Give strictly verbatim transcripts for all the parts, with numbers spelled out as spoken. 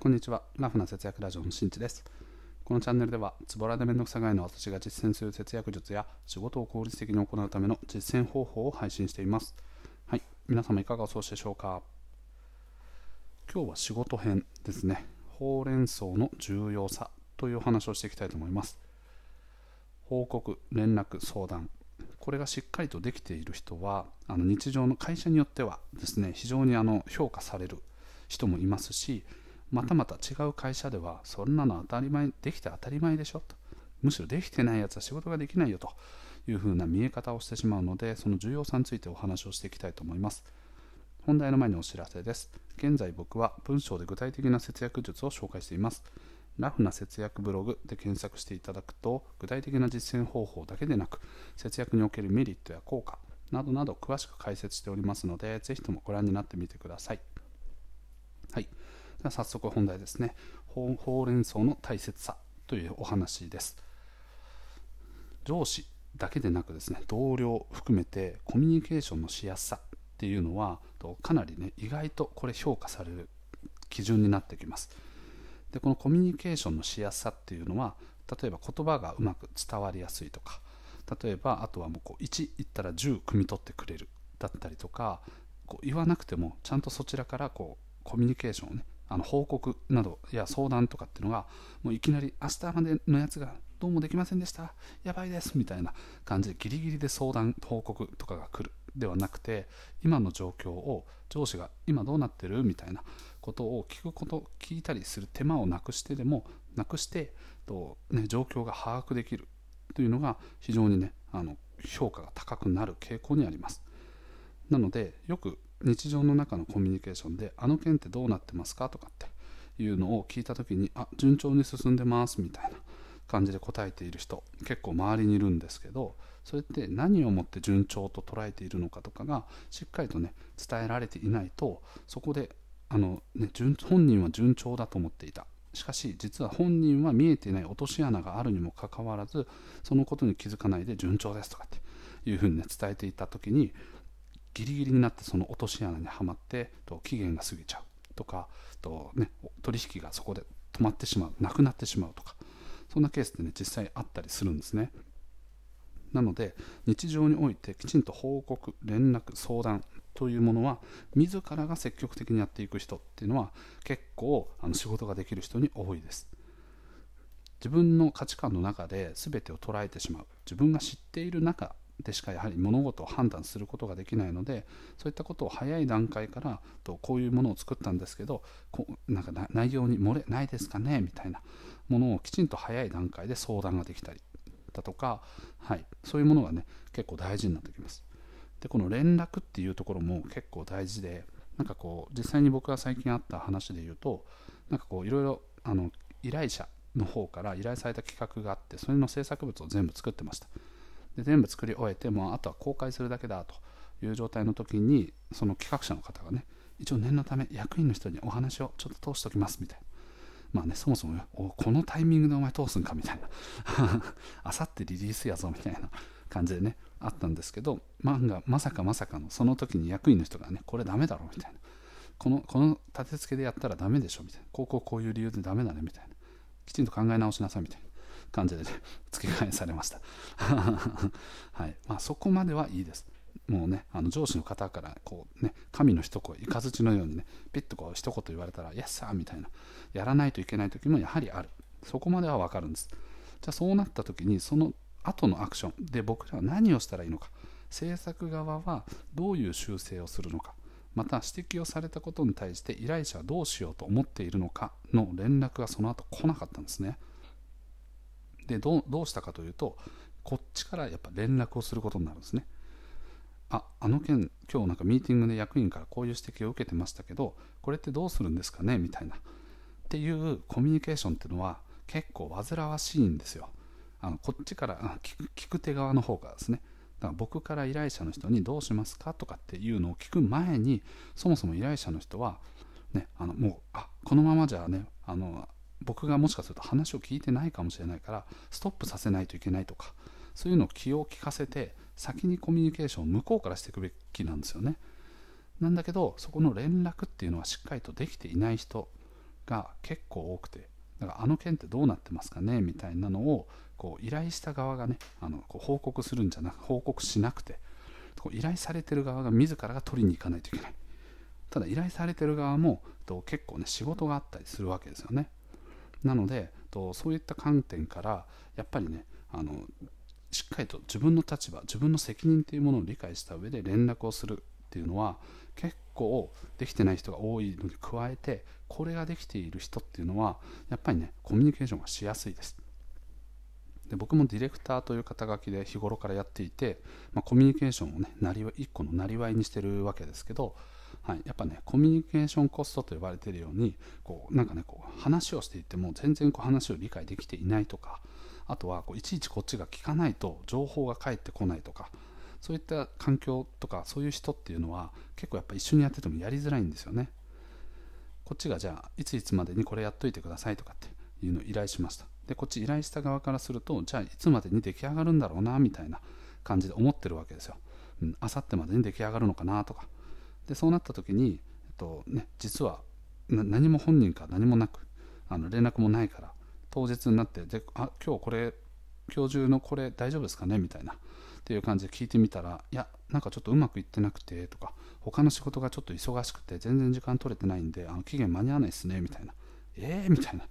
こんにちは。ラフな節約ラジオのしんちです。このチャンネルでは、ズボラでめんどくさがいの私が実践する節約術や仕事を効率的に行うための実践方法を配信しています。はい。皆様いかがお過ごしでしょうか。今日は仕事編ですね。ほうれん草の重要さというお話をしていきたいと思います。報告、連絡、相談。これがしっかりとできている人は、あの日常の会社によってはですね、非常にあの評価される人もいますし、またまた違う会社ではそんなの当たり前、できて当たり前でしょと、むしろできてないやつは仕事ができないよというふうな見え方をしてしまうので、その重要さについてお話をしていきたいと思います。本題の前にお知らせです。現在僕は文章で具体的な節約術を紹介しています。ラフな節約ブログで検索していただくと、具体的な実践方法だけでなく、節約におけるメリットや効果などなど詳しく解説しておりますので、ぜひともご覧になってみてください。はい。では早速本題ですね。ほうれん草の大切さというお話です。上司だけでなくですね、同僚含めてコミュニケーションのしやすさっていうのはかなりね、意外とこれ評価される基準になってきます。でこのコミュニケーションのしやすさっていうのは、例えば言葉がうまく伝わりやすいとか、例えばあとはもうこういち言ったらじゅう汲み取ってくれるだったりとか、こう言わなくてもちゃんとそちらからこうコミュニケーションをね、あの報告などや相談とかっていうのが、もういきなり明日までのやつがどうもできませんでした、やばいですみたいな感じでギリギリで相談報告とかが来るではなくて、今の状況を上司が今どうなってるみたいなことを聞くこと聞いたりする手間をなくしてでもなくしてと、ね、状況が把握できるというのが非常にね、あの評価が高くなる傾向にあります。なのでよく日常の中のコミュニケーションで、あの件ってどうなってますかとかっていうのを聞いたときに、あ、順調に進んでますみたいな感じで答えている人結構周りにいるんですけど、それって何をもって順調と捉えているのかとかがしっかりとね伝えられていないと、そこであの、ね、順本人は順調だと思っていた、しかし実は本人は見えていない落とし穴があるにもかかわらず、そのことに気づかないで順調ですとかっていうふうに、ね、伝えていたときに、ギリギリになってその落とし穴にはまってと期限が過ぎちゃうとかと、ね、取引がそこで止まってしまう、なくなってしまうとか、そんなケースってね実際あったりするんですね。なので日常においてきちんと報告、連絡、相談というものは自らが積極的にやっていく人っていうのは結構あの仕事ができる人に多いです。自分の価値観の中で全てを捉えてしまう、自分が知っている中でしかやはり物事を判断することができないので、そういったことを早い段階からと、こういうものを作ったんですけど、こうなんか内容に漏れないですかねみたいなものをきちんと早い段階で相談ができたりだとか、はい、そういうものがね結構大事になってきます。でこの連絡っていうところも結構大事で、なんかこう実際に僕が最近あった話で言うと、なんかこういろいろあの依頼者の方から依頼された企画があって、それの制作物を全部作ってました。で全部作り終えて、もうあとは公開するだけだという状態の時に、その企画者の方がね、一応念のため役員の人にお話をちょっと通しておきますみたいな、まあね、そもそもこのタイミングでお前通すんかみたいなあさってリリースやぞみたいな感じでねあったんですけど、漫画まさかまさかのその時に役員の人がね、これダメだろみたいな、このこの立て付けでやったらダメでしょみたいな、こうこうこういう理由でダメだねみたいな、きちんと考え直しなさいみたいな感じでね付け替えされましたはい、まあ、そこまではいいです。もうね、あの上司の方からこうね、神の一声、雷のようにね、ピッとこう一言言われたら、イエスサーみたいな、やらないといけない時もやはりある。そこまでは分かるんです。じゃあそうなった時に、その後のアクションで僕らは何をしたらいいのか、制作側はどういう修正をするのか、また指摘をされたことに対して依頼者はどうしようと思っているのかの連絡がその後来なかったんですね。で どう、どうしたかというと、こっちからやっぱ連絡をすることになるんですね。あ、あの件、今日なんかミーティングで役員からこういう指摘を受けてましたけど、これってどうするんですかねみたいな。っていうコミュニケーションっていうのは結構煩わしいんですよ。あのこっちから聞く、聞く手側の方からですね。だから僕から依頼者の人にどうしますかとかっていうのを聞く前に、そもそも依頼者の人は、ね、あのもうあこのままじゃね、あの僕がもしかすると話を聞いてないかもしれないからストップさせないといけないとか、そういうのを気を利かせて先にコミュニケーションを向こうからしていくべきなんですよね。なんだけどそこの連絡っていうのはしっかりとできていない人が結構多くて、だからあの件ってどうなってますかねみたいなのをこう依頼した側がね、あのこう報告するんじゃなく報告しなくて、こう依頼されてる側が自らが取りに行かないといけない。ただ依頼されてる側もと結構ね仕事があったりするわけですよね。なのでとそういった観点からやっぱりね、あのしっかりと自分の立場、自分の責任というものを理解した上で連絡をするっていうのは結構できてない人が多いのに加えて、これができている人っていうのはやっぱりねコミュニケーションがしやすいです。で僕もディレクターという肩書きで日頃からやっていて、まあ、コミュニケーションをねなりわい一個のなりわいにしてるわけですけど、はい、やっぱねコミュニケーションコストと呼ばれているように、こうなんかねこう話をしていても全然こう話を理解できていないとか、あとはこういちいちこっちが聞かないと情報が返ってこないとか、そういった環境とかそういう人っていうのは結構やっぱ一緒にやっててもやりづらいんですよね。こっちがじゃあいついつまでにこれやっといてくださいとかっていうのを依頼しました。でこっち依頼した側からすると、じゃあいつまでに出来上がるんだろうなみたいな感じで思ってるわけですよ。あさってまでに出来上がるのかなとか。でそうなった時に、えっとね、実は何も本人から何もなく、あの連絡もないから、当日になってであ今日これ今日中のこれ大丈夫ですかねみたいなっていう感じで聞いてみたら、いやなんかちょっとうまくいってなくてとか、他の仕事がちょっと忙しくて全然時間取れてないんで、あの期限間に合わないですねみたいな、えーみたいな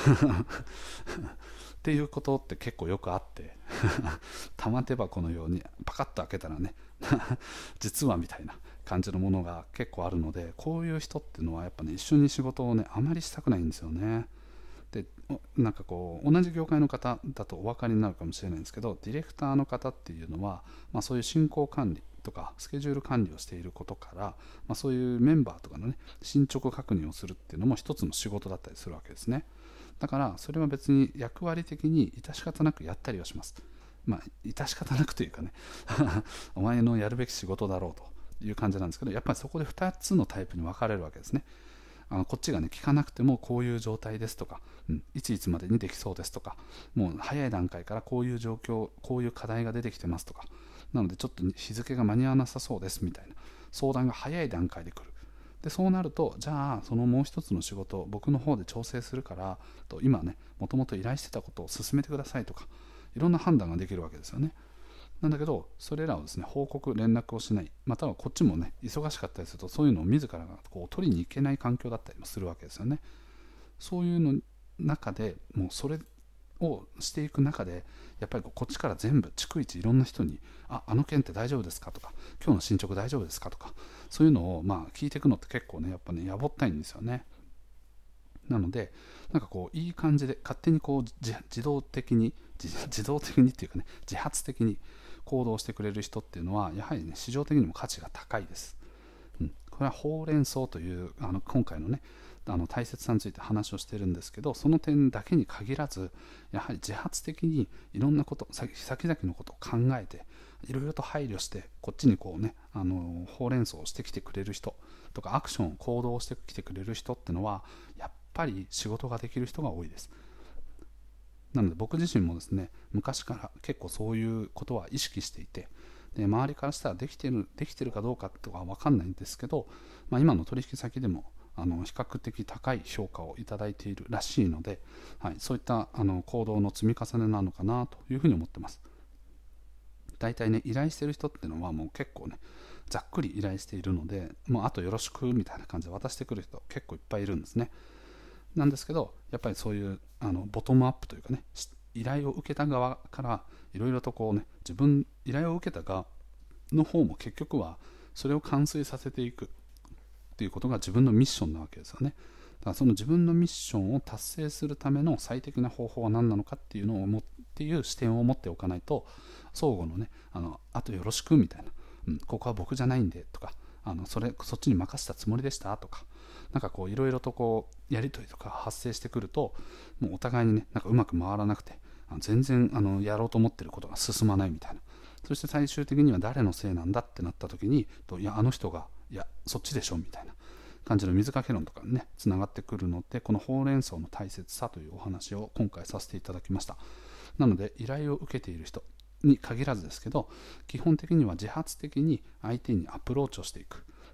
っていうことって結構よくあって玉手箱のようにパカッと開けたらね実はみたいな感じのものが結構あるので、こういう人っていうのはやっぱね一緒に仕事をねあまりしたくないんですよね。でなんかこう同じ業界の方だとお分かりになるかもしれないんですけど、ディレクターの方っていうのは、まあ、そういう進行管理とかスケジュール管理をしていることから、まあ、そういうメンバーとかのね進捗確認をするっていうのも一つの仕事だったりするわけですね。だからそれは別に役割的に致し方なくやったりはします。まあ致し方なくというかねお前のやるべき仕事だろうという感じなんですけど、やっぱりそこでふたつのタイプに分かれるわけですね。あのこっちがね聞かなくてもこういう状態ですとか、うん、いついつまでにできそうですとか、もう早い段階からこういう状況、こういう課題が出てきてますとか、なのでちょっと日付が間に合わなさそうですみたいな相談が早い段階で来る。でそうなると、じゃあそのもう一つの仕事を僕の方で調整するからと、今ねもともと依頼してたことを進めてくださいとか、いろんな判断ができるわけですよね。なんだけどそれらをですね報告連絡をしない、またはこっちもね忙しかったりするとそういうのを自らがこう取りに行けない環境だったりもするわけですよね。そういうの中でもうそれをしていく中で、やっぱりこっちから全部逐一いろんな人にああの件って大丈夫ですかとか、今日の進捗大丈夫ですかとか、そういうのをまあ聞いていくのって結構ねやっぱねやぼったいんですよね。なのでなんかこういい感じで勝手にこう自動的に自動的にっていうかね自発的に行動してくれる人っていうのはやはりね市場的にも価値が高いです。うん、これはほうれん草というあの今回のねあの大切さについて話をしてるんですけど、その点だけに限らずやはり自発的にいろんなこと先々のことを考えていろいろと配慮してこっちにこうねあのほうれん草をしてきてくれる人とかアクション行動をしてきてくれる人っていうのはやっぱり仕事ができる人が多いです。なので僕自身もですね昔から結構そういうことは意識していて、で周りからしたらできてるできてるかどうかとかは分かんないんですけど、まあ、今の取引先でもあの比較的高い評価をいただいているらしいので、はい、そういったあの行動の積み重ねなのかなというふうに思ってます。大体ね依頼してる人っていうのはもう結構ねざっくり依頼しているので、もうあとよろしくみたいな感じで渡してくる人結構いっぱいいるんですね。なんですけどやっぱりそういうあのボトムアップというかね、依頼を受けた側からいろいろとこうね自分依頼を受けた側の方も結局はそれを完遂させていくっていうことが自分のミッションなわけですよね。だからその自分のミッションを達成するための最適な方法は何なのかっていうのをもっていう視点を持っておかないと、相互のねあのあとよろしくみたいな、うん、ここは僕じゃないんでとか、あのそれそっちに任せたつもりでしたとか、なんかこういろいろとこうやり取りとか発生してくると、もうお互いにねなんかうまく回らなくて、あの全然あのやろうと思ってることが進まないみたいな。そして最終的には誰のせいなんだってなった時に、いやあの人がいやそっちでしょみたいな感じの水かけ論とかにねつながってくるので、このほうれん草の大切さというお話を今回させていただきました。なので依頼を受けている人に限らずですけど、基本的には自発的に相手にアプローチをしていく、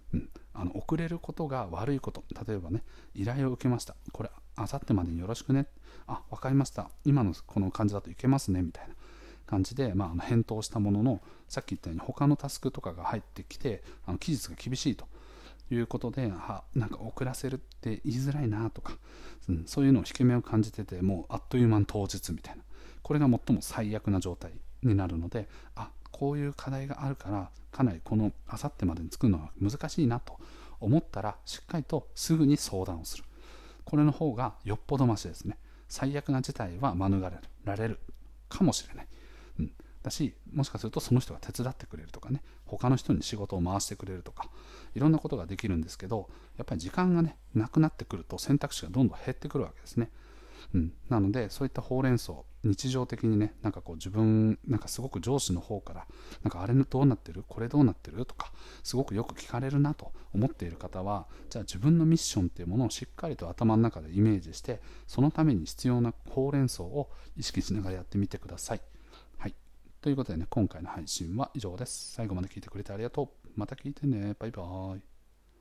うん、あの遅れることが悪いこと、例えばね、依頼を受けました、これあさってまでによろしくね、あ、わかりました、今のこの感じだといけますねみたいな感じで、まあ、あの返答したものの、さっき言ったように他のタスクとかが入ってきて、あの期日が厳しいということで、あ、なんか遅らせるって言いづらいなとか、うん、そういうのを引け目を感じてて、もうあっという間に当日みたいな、これが最も最悪な状態になるので、あ、こういう課題があるからかなりこのあさってまでに作るのは難しいなと思ったら、しっかりとすぐに相談をする。これの方がよっぽどマシですね。最悪な事態は免れられるかもしれない、うん、だし、もしかするとその人が手伝ってくれるとかね、他の人に仕事を回してくれるとか、いろんなことができるんですけど、やっぱり時間がねなくなってくると選択肢がどんどん減ってくるわけですね。うん、なので、そういったほうれん草、日常的にね、なんかこう自分、なんかすごく上司の方から、なんかあれどうなってる、これどうなってるとか、すごくよく聞かれるなと思っている方は、じゃあ自分のミッションっていうものをしっかりと頭の中でイメージして、そのために必要なほうれん草を意識しながらやってみてください。はい。ということでね、今回の配信は以上です。最後まで聞いてくれてありがとう。また聞いてね。バイバーイ。